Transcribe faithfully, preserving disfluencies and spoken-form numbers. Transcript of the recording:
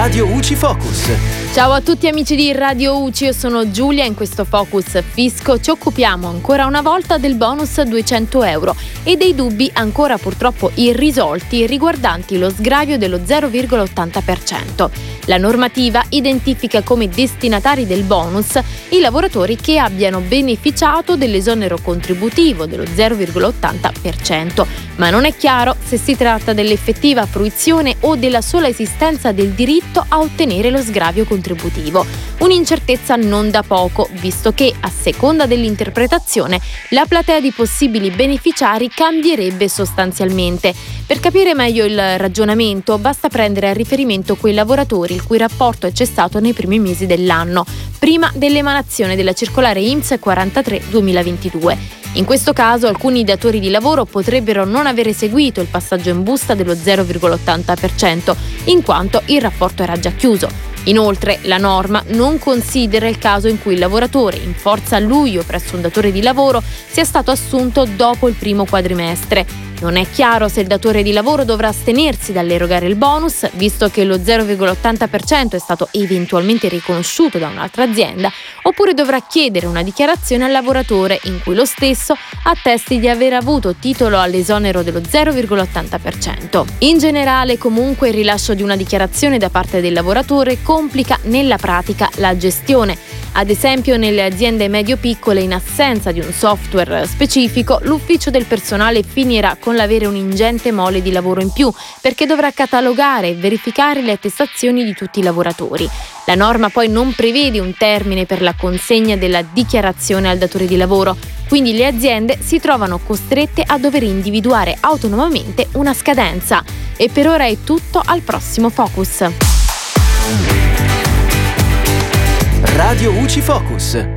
Radio U C I Focus. Ciao a tutti amici di Radio U C I, io sono Giulia. In questo Focus Fisco ci occupiamo ancora una volta del bonus duecento euro e dei dubbi ancora purtroppo irrisolti riguardanti lo sgravio dello zero virgola ottanta per cento. La normativa identifica come destinatari del bonus i lavoratori che abbiano beneficiato dell'esonero contributivo dello zero virgola ottanta per cento, ma non è chiaro se si tratta dell'effettiva fruizione o della sola esistenza del diritto a ottenere lo sgravio contributivo. Un'incertezza non da poco, visto che, a seconda dell'interpretazione, la platea di possibili beneficiari cambierebbe sostanzialmente. Per capire meglio il ragionamento, basta prendere a riferimento quei lavoratori il cui rapporto è cessato nei primi mesi dell'anno, prima dell'emanazione della circolare I N P S quarantatré duemilaventidue. In questo caso alcuni datori di lavoro potrebbero non aver eseguito il passaggio in busta dello zero virgola ottanta per cento, in quanto il rapporto era già chiuso. Inoltre, la norma non considera il caso in cui il lavoratore, in forza a luglio presso un datore di lavoro, sia stato assunto dopo il primo quadrimestre. Non è chiaro se il datore di lavoro dovrà astenersi dall'erogare il bonus, visto che lo zero virgola ottanta per cento è stato eventualmente riconosciuto da un'altra azienda, oppure dovrà chiedere una dichiarazione al lavoratore in cui lo stesso attesti di aver avuto titolo all'esonero dello zero virgola ottanta per cento. In generale, comunque, il rilascio di una dichiarazione da parte del lavoratore complica nella pratica la gestione. Ad esempio, nelle aziende medio-piccole, in assenza di un software specifico, l'ufficio del personale finirà con l'avere un ingente mole di lavoro in più, perché dovrà catalogare e verificare le attestazioni di tutti i lavoratori. La norma poi non prevede un termine per la consegna della dichiarazione al datore di lavoro, quindi le aziende si trovano costrette a dover individuare autonomamente una scadenza. E per ora è tutto, al prossimo Focus. Radio U C I Focus.